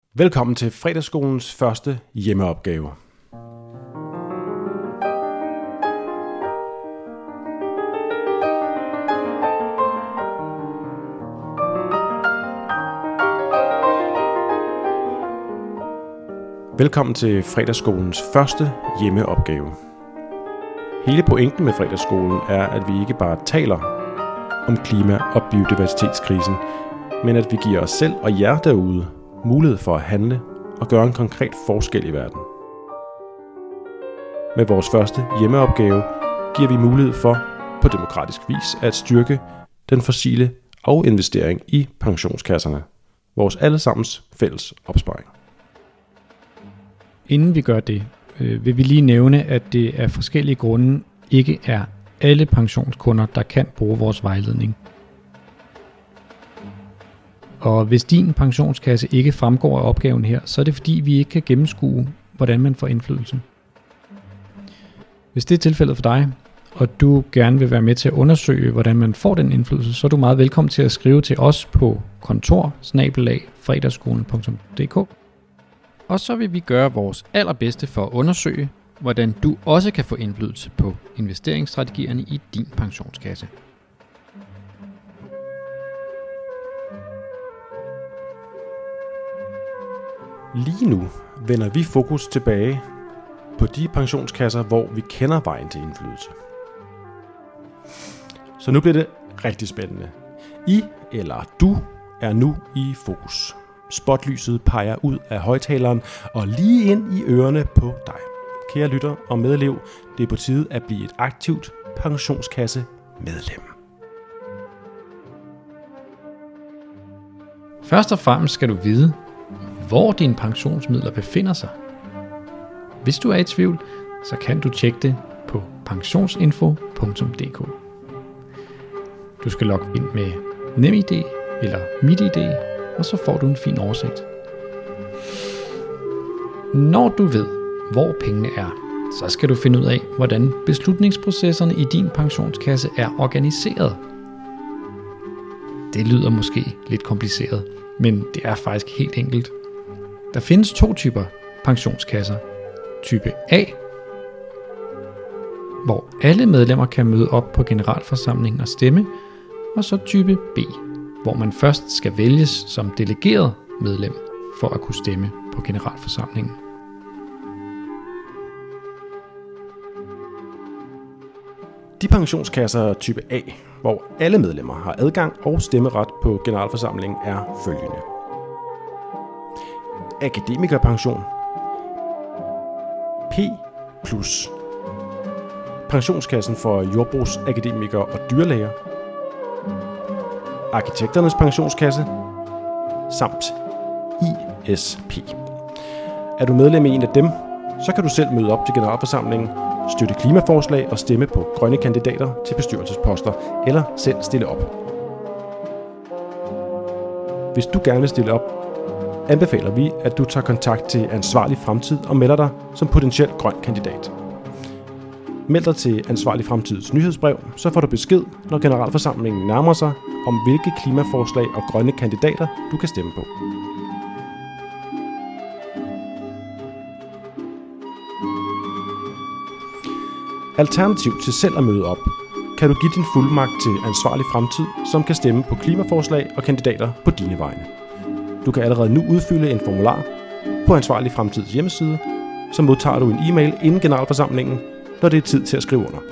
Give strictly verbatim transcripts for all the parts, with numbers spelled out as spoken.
Velkommen til Fredagsskolens første hjemmeopgave. Velkommen til Fredagsskolens første hjemmeopgave. Hele pointen med Fredagsskolen er, at vi ikke bare taler om klima- og biodiversitetskrisen, men at vi giver os selv og jer derude mulighed for at handle og gøre en konkret forskel i verden. Med vores første hjemmeopgave giver vi mulighed for på demokratisk vis at styrke den fossile afinvestering i pensionskasserne, vores allesammens fælles opsparing. Inden vi gør det, øh, vil vi lige nævne, at det af forskellige grunde ikke er alle pensionskunder, der kan bruge vores vejledning. Og hvis din pensionskasse ikke fremgår af opgaven her, så er det fordi, vi ikke kan gennemskue, hvordan man får indflydelse. Hvis det er tilfældet for dig, og du gerne vil være med til at undersøge, hvordan man får den indflydelse, så er du meget velkommen til at skrive til os på kontor bindestreg fredagsskolen punktum d k. Og så vil vi gøre vores allerbedste for at undersøge, hvordan du også kan få indflydelse på investeringsstrategierne i din pensionskasse. Lige nu vender vi fokus tilbage på de pensionskasser, hvor vi kender vejen til indflydelse. Så nu bliver det rigtig spændende. I eller du er nu i fokus. Spotlyset peger ud af højtaleren og lige ind i ørerne på dig. Kære lytter og medelev, det er på tide at blive et aktivt pensionskasse-medlem. Først og fremmest skal du vide, hvor dine pensionsmidler befinder sig. Hvis du er i tvivl, så kan du tjekke det på pensionsinfo punktum d k. Du skal logge ind med NemID eller MitID, og så får du en fin oversigt. Når du ved, hvor pengene er, så skal du finde ud af, hvordan beslutningsprocesserne i din pensionskasse er organiseret. Det lyder måske lidt kompliceret, men det er faktisk helt enkelt. Der findes to typer pensionskasser. Type A, hvor alle medlemmer kan møde op på generalforsamlingen og stemme, og så type B, hvor man først skal vælges som delegeret medlem for at kunne stemme på generalforsamlingen. De pensionskasser type A, hvor alle medlemmer har adgang og stemmeret på generalforsamlingen, er følgende: Akademikerpension, P plus, pensionskassen for jordbrugsakademikere og dyrlæger, Arkitekternes pensionskasse samt I S P. Er du medlem af en af dem, så kan du selv møde op til generalforsamlingen, støtte klimaforslag og stemme på grønne kandidater til bestyrelsesposter, eller selv stille op. Hvis du gerne vil stille op, anbefaler vi, at du tager kontakt til Ansvarlig Fremtid og melder dig som potentiel grøn kandidat. Meld dig til Ansvarlig Fremtids nyhedsbrev, så får du besked, når generalforsamlingen nærmer sig, om hvilke klimaforslag og grønne kandidater du kan stemme på. Alternativ til selv at møde op, kan du give din fuldmagt til Ansvarlig Fremtid, som kan stemme på klimaforslag og kandidater på dine vegne. Du kan allerede nu udfylde en formular på Ansvarlig Fremtids hjemmeside, så modtager du en e-mail inden generalforsamlingen, når det er tid til at skrive under.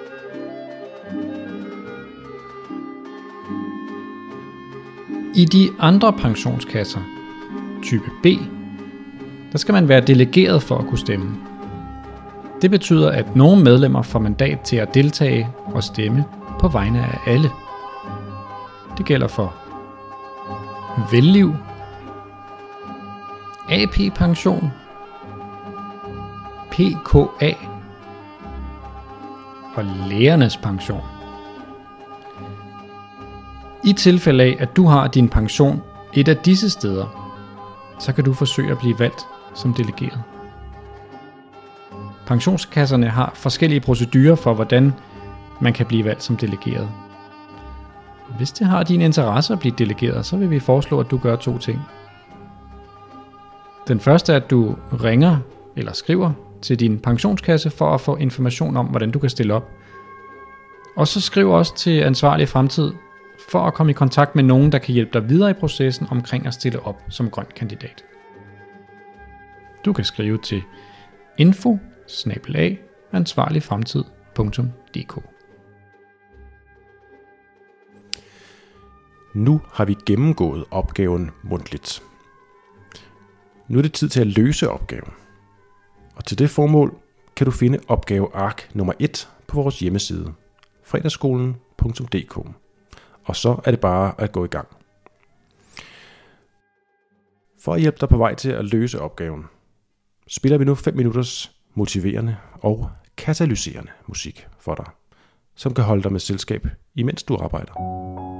I de andre pensionskasser, type B, der skal man være delegeret for at kunne stemme. Det betyder, at nogle medlemmer får mandat til at deltage og stemme på vegne af alle. Det gælder for Velliv, A P-pension, P K A og Lægernes pension. I tilfælde af, at du har din pension et af disse steder, så kan du forsøge at blive valgt som delegeret. Pensionskasserne har forskellige procedurer for, hvordan man kan blive valgt som delegeret. Hvis det har din interesse at blive delegeret, så vil vi foreslå, at du gør to ting. Den første er, at du ringer eller skriver til din pensionskasse for at få information om, hvordan du kan stille op. Og så skriv også til Ansvarlig Fremtid for at komme i kontakt med nogen, der kan hjælpe dig videre i processen omkring at stille op som grøn kandidat. Du kan skrive til info bindestreg ansvarlig fremtid punktum d k. Nu har vi gennemgået opgaven mundtligt. Nu er det tid til at løse opgaven. Og til det formål kan du finde opgaveark nummer et på vores hjemmeside, fredagsskolen punktum d k. Og så er det bare at gå i gang. For at hjælpe dig på vej til at løse opgaven, spiller vi nu fem minutters motiverende og katalyserende musik for dig, som kan holde dig med selskab, imens du arbejder.